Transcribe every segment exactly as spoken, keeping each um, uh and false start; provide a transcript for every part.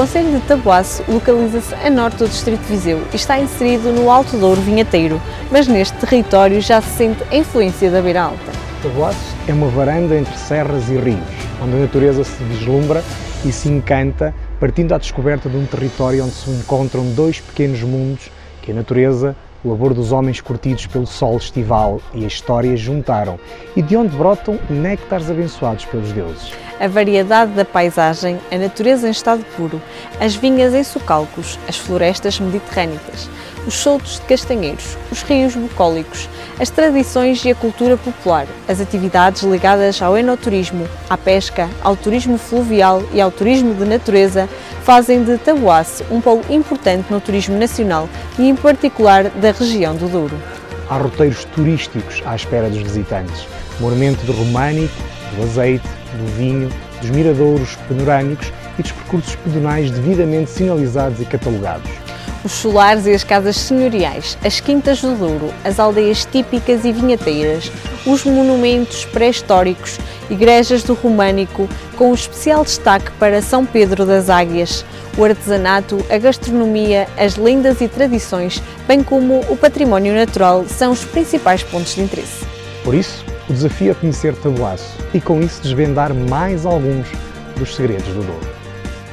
concelho de Taboaço localiza-se a norte do distrito de Viseu e está inserido no Alto Douro vinheteiro, mas neste território já se sente a influência da Beira Alta. Taboaço é uma varanda entre serras e rios, onde a natureza se vislumbra e se encanta, partindo à descoberta de um território onde se encontram dois pequenos mundos que a natureza, o labor dos homens curtidos pelo sol estival e a história juntaram, e de onde brotam néctares abençoados pelos deuses. A variedade da paisagem, a natureza em estado puro, as vinhas em socalcos, as florestas mediterrânicas, os soltos de castanheiros, os rios bucólicos, as tradições e a cultura popular, as atividades ligadas ao enoturismo, à pesca, ao turismo fluvial e ao turismo de natureza fazem de Taboaço um polo importante no turismo nacional e em particular da região do Douro. Há roteiros turísticos à espera dos visitantes, moramente do românico, do azeite, do vinho, dos miradouros panorâmicos e dos percursos pedonais devidamente sinalizados e catalogados. Os solares e as casas senhoriais, as quintas do Douro, as aldeias típicas e vinheteiras, os monumentos pré-históricos, igrejas do românico, com especial destaque para São Pedro das Águias, o artesanato, a gastronomia, as lendas e tradições, bem como o património natural, são os principais pontos de interesse. Por isso, o desafio é conhecer Taboaço e com isso desvendar mais alguns dos segredos do Douro.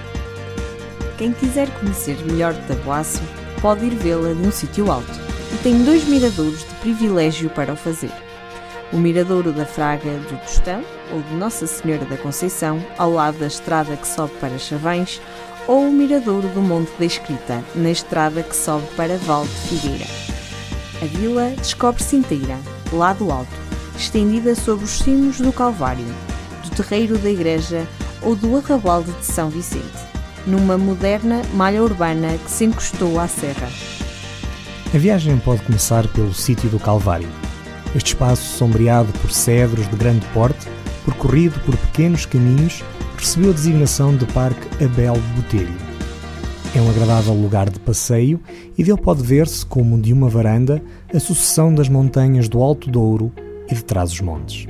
Quem quiser conhecer melhor Taboaço pode ir vê-la de um sítio alto e tem dois miradouros de privilégio para o fazer. O Miradouro da Fraga do Tostão, ou de Nossa Senhora da Conceição, ao lado da estrada que sobe para Chavães, ou o Miradouro do Monte da Escrita, na estrada que sobe para Val de Figueira. A vila descobre-se inteira, lá do alto, estendida sobre os cimos do Calvário, do terreiro da igreja ou do arrabalde de São Vicente, numa moderna malha urbana que se encostou à serra. A viagem pode começar pelo sítio do Calvário. Este espaço sombreado por cedros de grande porte, percorrido por pequenos caminhos, recebeu a designação de Parque Abel Botelho. É um agradável lugar de passeio e dele pode ver-se, como de uma varanda, a sucessão das montanhas do Alto Douro e de Trás-os-Montes.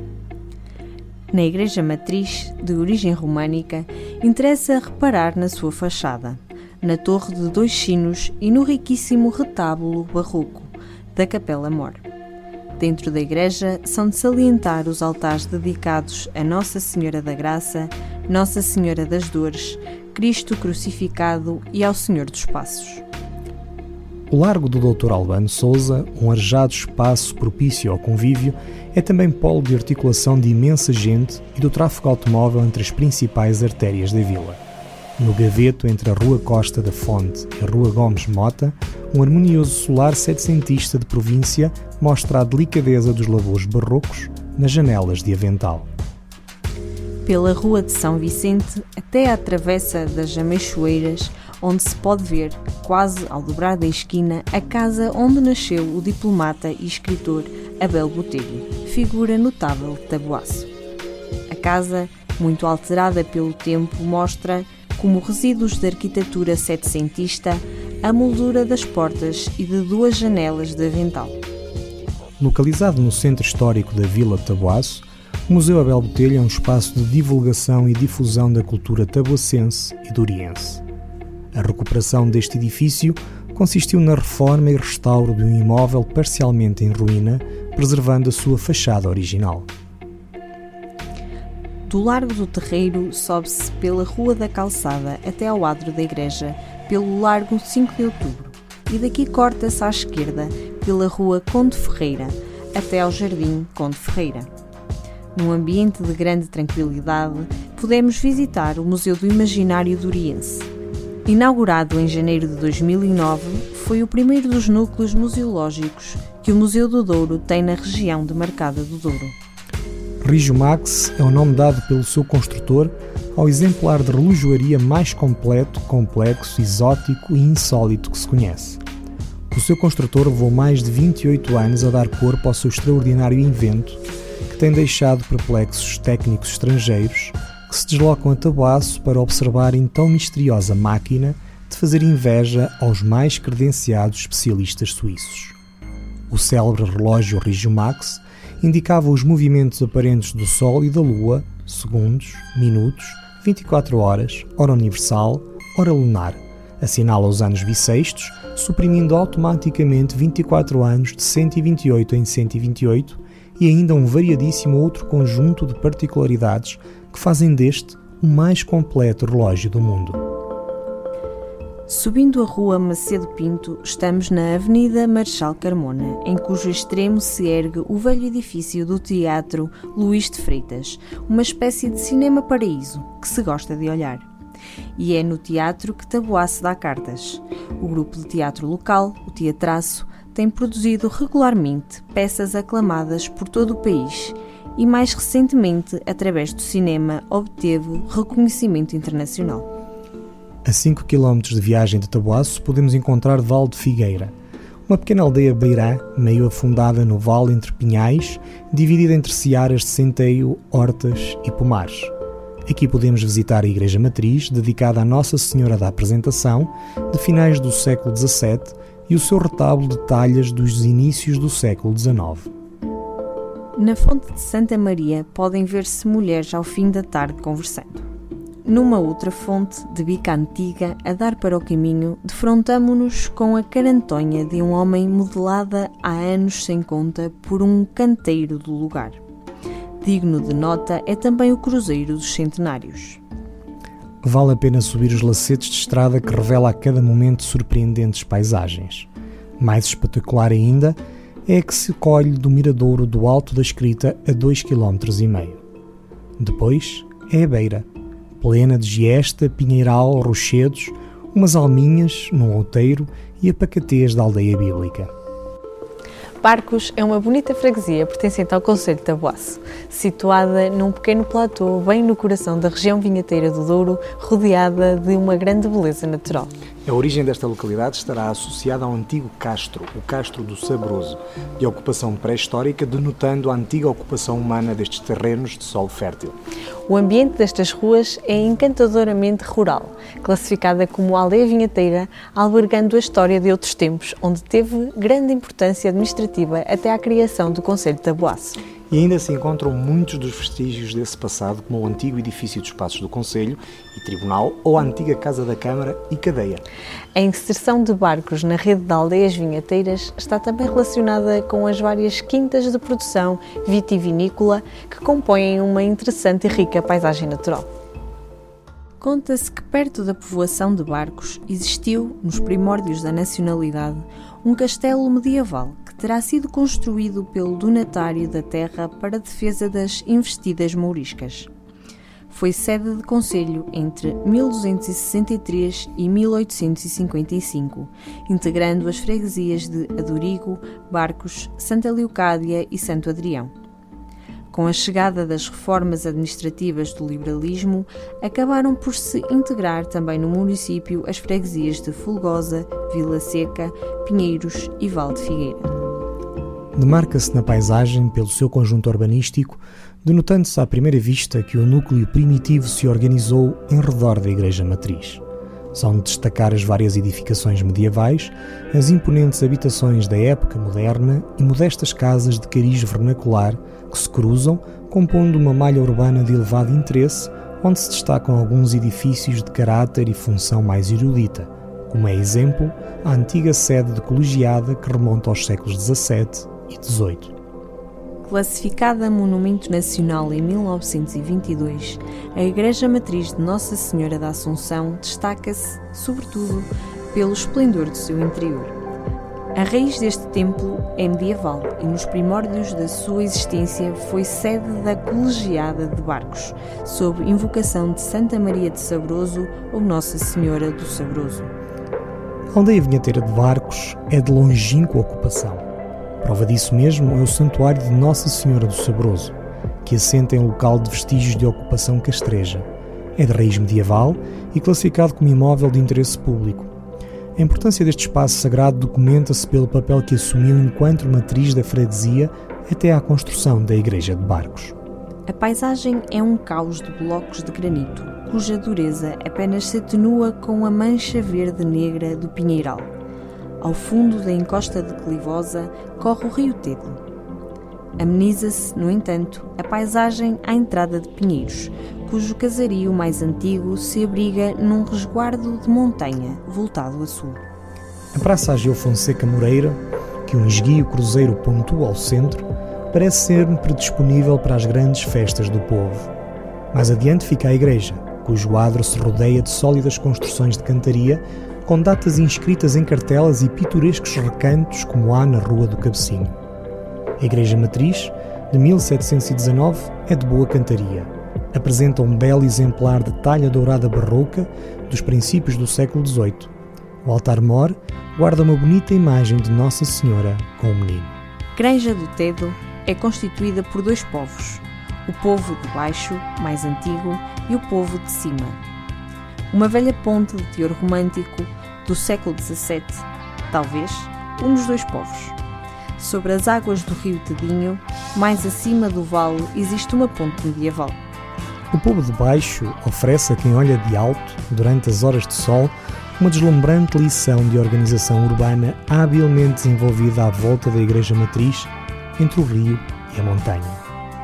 Na igreja matriz, de origem românica, interessa reparar na sua fachada, na torre de dois sinos e no riquíssimo retábulo barroco da Capela Mor. Dentro da igreja são de salientar os altares dedicados a Nossa Senhora da Graça, Nossa Senhora das Dores, Cristo crucificado e ao Senhor dos Passos. O Largo do doutor Albano Sousa, um arejado espaço propício ao convívio, é também polo de articulação de imensa gente e do tráfego automóvel entre as principais artérias da vila. No gaveto entre a Rua Costa da Fonte e a Rua Gomes Mota, um harmonioso solar setecentista de província mostra a delicadeza dos labores barrocos nas janelas de avental. Pela Rua de São Vicente até à Travessa das Ameixoeiras, onde se pode ver, quase ao dobrar da esquina, a casa onde nasceu o diplomata e escritor Abel Botelho, figura notável de Taboaço. A casa, muito alterada pelo tempo, mostra, como resíduos de arquitetura setecentista, a moldura das portas e de duas janelas de avental. Localizado no centro histórico da vila de Taboaço, o Museu Abel Botelho é um espaço de divulgação e difusão da cultura taboacense e douriense. A recuperação deste edifício consistiu na reforma e restauro de um imóvel parcialmente em ruína, preservando a sua fachada original. Do Largo do Terreiro sobe-se pela Rua da Calçada até ao adro da igreja, pelo Largo cinco de Outubro, e daqui corta-se à esquerda pela Rua Conde Ferreira até ao Jardim Conde Ferreira. Num ambiente de grande tranquilidade, podemos visitar o Museu do Imaginário Douriense. Inaugurado em janeiro de dois mil e nove, foi o primeiro dos núcleos museológicos que o Museu do Douro tem na região demarcada do Douro. Rijo Max é o nome dado pelo seu construtor ao exemplar de relojoaria mais completo, complexo, exótico e insólito que se conhece. O seu construtor levou mais de vinte e oito anos a dar corpo ao seu extraordinário invento, que tem deixado perplexos técnicos estrangeiros que se deslocam a Taboaço para observarem tão misteriosa máquina de fazer inveja aos mais credenciados especialistas suíços. O célebre relógio Rijo Max indicava os movimentos aparentes do Sol e da Lua, segundos, minutos, vinte e quatro horas, hora universal, hora lunar, assinala os anos bissextos, suprimindo automaticamente vinte e quatro anos de cento e vinte e oito em cento e vinte e oito e ainda um variadíssimo outro conjunto de particularidades que fazem deste o mais completo relógio do mundo. Subindo a rua Macedo Pinto, estamos na Avenida Marechal Carmona, em cujo extremo se ergue o velho edifício do Teatro Luís de Freitas, uma espécie de cinema-paraíso que se gosta de olhar. E é no teatro que Taboaço dá cartas. O grupo de teatro local, o Teatraço, tem produzido regularmente peças aclamadas por todo o país e, mais recentemente, através do cinema, obteve reconhecimento internacional. A cinco quilómetros de viagem de Taboaço podemos encontrar Val de Figueira, uma pequena aldeia beirã, meio afundada no vale entre pinhais, dividida entre searas de centeio, hortas e pomares. Aqui podemos visitar a Igreja Matriz, dedicada a Nossa Senhora da Apresentação, de finais do século dezassete, e o seu retábulo de talhas dos inícios do século dezenove. Na fonte de Santa Maria podem ver-se mulheres ao fim da tarde conversando. Numa outra fonte, de bica antiga, a dar para o caminho, defrontamo-nos com a carantonha de um homem modelada há anos sem conta por um canteiro do lugar. Digno de nota é também o Cruzeiro dos Centenários. Vale a pena subir os lacetes de estrada que revela a cada momento surpreendentes paisagens. Mais espetacular ainda é a que se colhe do miradouro do Alto da Escrita a dois quilómetros e meio. Depois é a beira, plena de giesta, pinheiral, rochedos, umas alminhas num outeiro e a pacatez da aldeia bíblica. Barcos é uma bonita freguesia pertencente ao concelho de Taboaço, situada num pequeno platô bem no coração da região vinheteira do Douro, rodeada de uma grande beleza natural. A origem desta localidade estará associada ao antigo castro, o Castro do Sabroso, de ocupação pré-histórica, denotando a antiga ocupação humana destes terrenos de solo fértil. O ambiente destas ruas é encantadoramente rural, classificada como aldeia vinheteira, albergando a história de outros tempos, onde teve grande importância administrativa até à criação do concelho de Taboaço. E ainda se encontram muitos dos vestígios desse passado, como o antigo edifício dos Passos do Concelho e Tribunal, ou a antiga Casa da Câmara e Cadeia. A inserção de barcos na rede de aldeias vinheteiras está também relacionada com as várias quintas de produção vitivinícola que compõem uma interessante e rica paisagem natural. Conta-se que perto da povoação de Barcos existiu, nos primórdios da nacionalidade, um castelo medieval que terá sido construído pelo donatário da terra para a defesa das investidas mouriscas. Foi sede de concelho entre mil duzentos e sessenta e três e mil oitocentos e cinquenta e cinco, integrando as freguesias de Adurigo, Barcos, Santa Leocádia e Santo Adrião. Com a chegada das reformas administrativas do liberalismo, acabaram por se integrar também no município as freguesias de Fulgosa, Vila Seca, Pinheiros e Val de Figueira. Demarca-se na paisagem pelo seu conjunto urbanístico, denotando-se à primeira vista que o núcleo primitivo se organizou em redor da Igreja Matriz. São de destacar as várias edificações medievais, as imponentes habitações da época moderna e modestas casas de cariz vernacular que se cruzam, compondo uma malha urbana de elevado interesse, onde se destacam alguns edifícios de caráter e função mais erudita, como é exemplo a antiga sede de colegiada que remonta aos séculos dezassete e dezoito. Classificada Monumento Nacional em mil novecentos e vinte e dois, a Igreja Matriz de Nossa Senhora da Assunção destaca-se, sobretudo, pelo esplendor do seu interior. A raiz deste templo é medieval e nos primórdios da sua existência foi sede da colegiada de Barcos, sob invocação de Santa Maria de Sabroso ou Nossa Senhora do Sabroso. A aldeia vinheteira de Barcos é de longínqua ocupação. Prova disso mesmo é o santuário de Nossa Senhora do Sabroso, que assenta em local de vestígios de ocupação castreja. É de raiz medieval e classificado como imóvel de interesse público. A importância deste espaço sagrado documenta-se pelo papel que assumiu enquanto matriz da freguesia até à construção da Igreja de Barcos. A paisagem é um caos de blocos de granito, cuja dureza apenas se atenua com a mancha verde-negra do pinheiral. Ao fundo da encosta declivosa corre o rio Tedo. Ameniza-se, no entanto, a paisagem à entrada de Pinheiros, cujo casario mais antigo se abriga num resguardo de montanha voltado a sul. A Praça Ageu Fonseca Moreira, que um esguio cruzeiro pontua ao centro, parece sempre disponível para as grandes festas do povo. Mais adiante fica a igreja, cujo adro se rodeia de sólidas construções de cantaria, com datas inscritas em cartelas e pitorescos recantos como há na Rua do Cabecinho. A Igreja Matriz, de mil setecentos e dezanove, é de boa cantaria. Apresenta um belo exemplar de talha dourada barroca dos princípios do século dezoito. O altar-mor guarda uma bonita imagem de Nossa Senhora com o menino. Granja do Tedo é constituída por dois povos, o povo de baixo, mais antigo, e o povo de cima. Uma velha ponte de teor romântico do século dezassete, talvez um dos dois povos. Sobre as águas do rio Tedinho, mais acima do vale, existe uma ponte medieval. O povo de baixo oferece a quem olha de alto, durante as horas de sol, uma deslumbrante lição de organização urbana habilmente desenvolvida à volta da Igreja Matriz, entre o rio e a montanha.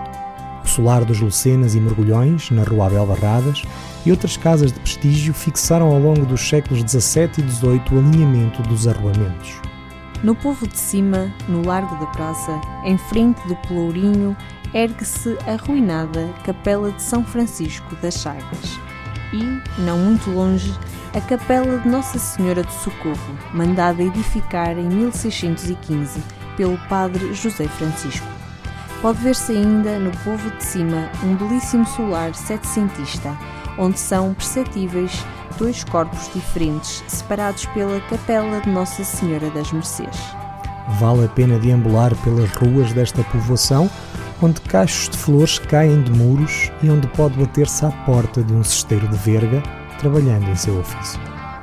O solar dos Lucenas e Mergulhões, na Rua Abel Barradas, e outras casas de prestígio fixaram ao longo dos séculos dezassete e dezoito o alinhamento dos arruamentos. No povo de cima, no largo da praça, em frente do Pelourinho, ergue-se a arruinada Capela de São Francisco das Chagas e, não muito longe, a Capela de Nossa Senhora do Socorro, mandada edificar em mil seiscentos e quinze pelo padre José Francisco. Pode ver-se ainda no povo de cima um belíssimo solar setecentista, onde são perceptíveis dois corpos diferentes separados pela Capela de Nossa Senhora das Mercês. Vale a pena deambular pelas ruas desta povoação, onde cachos de flores caem de muros e onde pode bater-se à porta de um cesteiro de verga, trabalhando em seu ofício.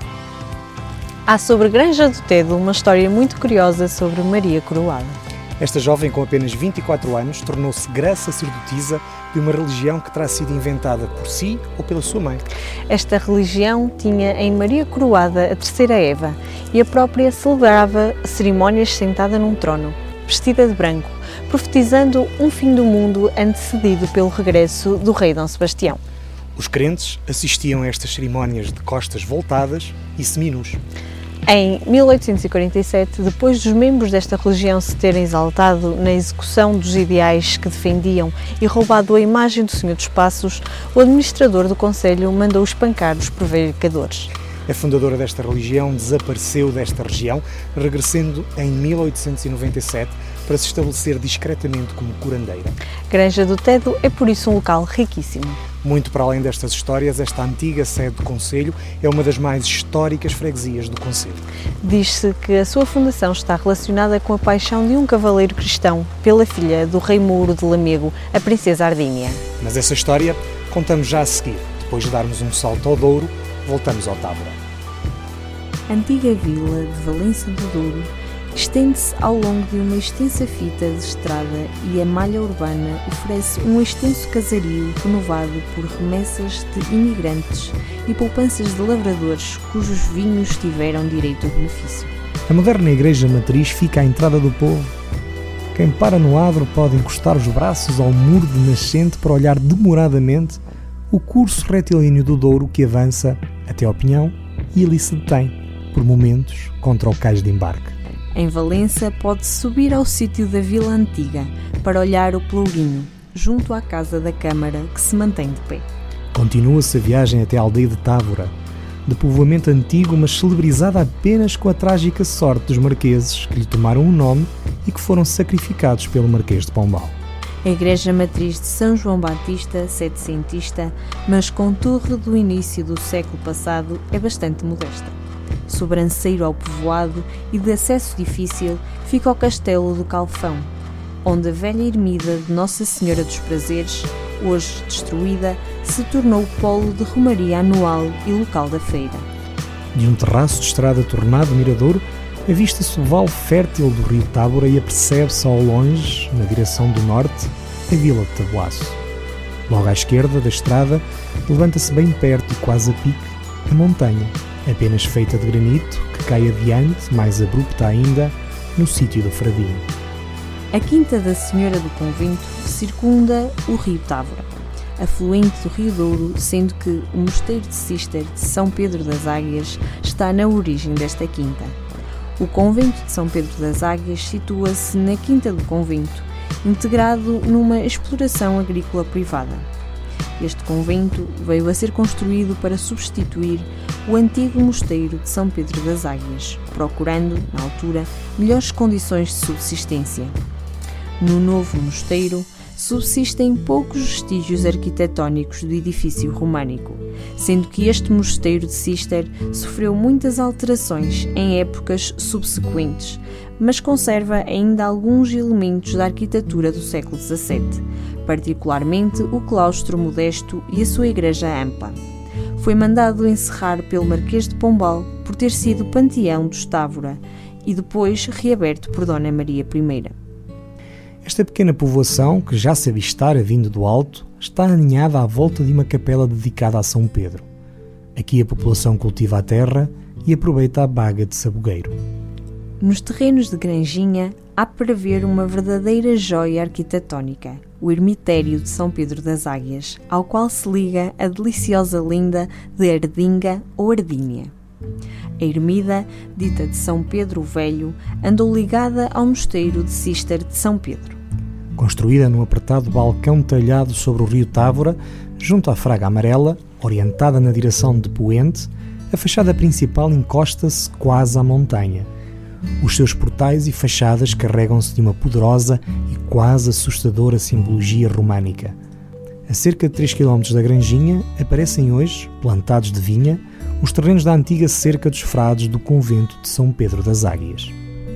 Há sobre Granja do Tedo uma história muito curiosa sobre Maria Coroada. Esta jovem, com apenas vinte e quatro anos, tornou-se gra-sacerdotisa de uma religião que terá sido inventada por si ou pela sua mãe. Esta religião tinha em Maria Coroada a terceira Eva e a própria celebrava cerimónias sentada num trono, vestida de branco, profetizando um fim do mundo antecedido pelo regresso do rei Dom Sebastião. Os crentes assistiam a estas cerimónias de costas voltadas e seminus. Em mil oitocentos e quarenta e sete, depois dos membros desta religião se terem exaltado na execução dos ideais que defendiam e roubado a imagem do Senhor dos Passos, o administrador do concelho mandou espancar os prevaricadores. A fundadora desta religião desapareceu desta região, regressando em mil oitocentos e noventa e sete para se estabelecer discretamente como curandeira. Granja do Tedo é por isso um local riquíssimo. Muito para além destas histórias, esta antiga sede do concelho é uma das mais históricas freguesias do concelho. Diz-se que a sua fundação está relacionada com a paixão de um cavaleiro cristão pela filha do rei Mouro de Lamego, a princesa Ardínia. Mas essa história contamos já a seguir. Depois de darmos um salto ao Douro, voltamos ao Távora. A antiga vila de Valença do Douro estende-se ao longo de uma extensa fita de estrada e a malha urbana oferece um extenso casario renovado por remessas de imigrantes e poupanças de lavradores cujos vinhos tiveram direito a benefício. A moderna Igreja Matriz fica à entrada do povo. Quem para no adro pode encostar os braços ao muro de nascente para olhar demoradamente o curso retilíneo do Douro que avança até ao Pinhão e ali se detém, por momentos, contra o cais de embarque. Em Valença pode-se subir ao sítio da Vila Antiga para olhar o Pelourinho, junto à Casa da Câmara que se mantém de pé. Continua-se a viagem até a aldeia de Távora, de povoamento antigo, mas celebrizada apenas com a trágica sorte dos marqueses que lhe tomaram o nome e que foram sacrificados pelo Marquês de Pombal. A Igreja Matriz de São João Batista, setecentista, mas com torre do início do século passado, é bastante modesta. Sobranceiro ao povoado e de acesso difícil, fica o Castelo do Calfão, onde a velha ermida de Nossa Senhora dos Prazeres, hoje destruída, se tornou polo de romaria anual e local da feira. De um terraço de estrada tornado miradouro, avista-se o vale fértil do rio Távora e apercebe-se ao longe, na direção do norte, a vila de Taboaço. Logo à esquerda da estrada, levanta-se bem perto e quase a pique, a montanha, apenas feita de granito, que cai adiante, mais abrupta ainda, no sítio do Fradinho. A Quinta da Senhora do Convento circunda o rio Távora. afluente do Rio Douro, sendo que o Mosteiro de Cister de São Pedro das Águias está na origem desta quinta. O Convento de São Pedro das Águias situa-se na Quinta do Convento, integrado numa exploração agrícola privada. Este convento veio a ser construído para substituir o antigo Mosteiro de São Pedro das Águias, procurando, na altura, melhores condições de subsistência. No novo mosteiro, subsistem poucos vestígios arquitetónicos do edifício românico, sendo que este mosteiro de Cister sofreu muitas alterações em épocas subsequentes, mas conserva ainda alguns elementos da arquitetura do século dezassete, particularmente o claustro modesto e a sua igreja ampla. Foi mandado encerrar pelo Marquês de Pombal por ter sido panteão dos Távora e depois reaberto por Dona Maria I. Esta pequena povoação, que já se avistara vindo do alto, está aninhada à volta de uma capela dedicada a São Pedro. Aqui a população cultiva a terra e aproveita a baga de sabogueiro. Nos terrenos de Granjinha há para ver uma verdadeira joia arquitetónica, o ermitério de São Pedro das Águias, ao qual se liga a deliciosa lenda de Ardinga ou Ardínea. A ermida, dita de São Pedro o Velho, andou ligada ao mosteiro de Cister de São Pedro. Construída num apertado balcão talhado sobre o rio Távora, junto à Fraga Amarela, orientada na direção de Poente, a fachada principal encosta-se quase à montanha. Os seus portais e fachadas carregam-se de uma poderosa e quase assustadora simbologia românica. A cerca de três quilómetros da Granjinha aparecem hoje, plantados de vinha, os terrenos da antiga cerca dos frades do convento de São Pedro das Águias.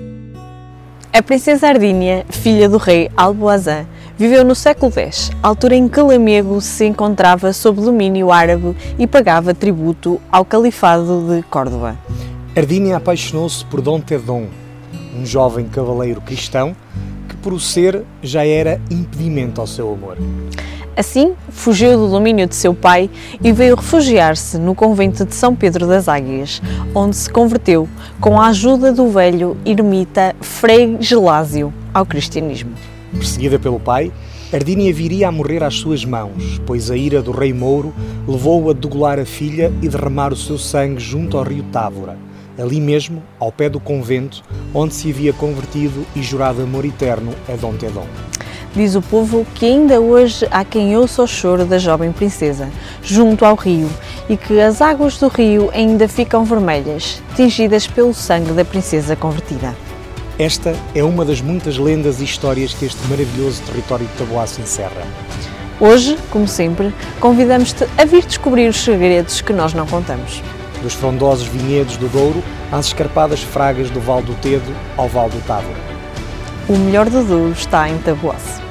A princesa Ardínea, filha do rei Alboazã, viveu no século dez, altura em que Lamego se encontrava sob domínio árabe e pagava tributo ao califado de Córdoba. Ardínea apaixonou-se por Dom Tedon, um jovem cavaleiro cristão que, por o ser, já era impedimento ao seu amor. Assim, fugiu do domínio de seu pai e veio refugiar-se no convento de São Pedro das Águias, onde se converteu, com a ajuda do velho ermita Frei Gelásio, ao cristianismo. Perseguida pelo pai, Ardínea viria a morrer às suas mãos, pois a ira do rei Mouro levou-o a degolar a filha e derramar o seu sangue junto ao rio Távora, ali mesmo, ao pé do convento, onde se havia convertido e jurado amor eterno a Dom Tedon. Diz o povo que ainda hoje há quem ouça o choro da jovem princesa, junto ao rio, e que as águas do rio ainda ficam vermelhas, tingidas pelo sangue da princesa convertida. Esta é uma das muitas lendas e histórias que este maravilhoso território de Taboaço encerra. Hoje, como sempre, convidamos-te a vir descobrir os segredos que nós não contamos. Dos frondosos vinhedos do Douro às escarpadas fragas do Val do Tedo ao Val do Távora. O melhor do Douro está em Taboaço.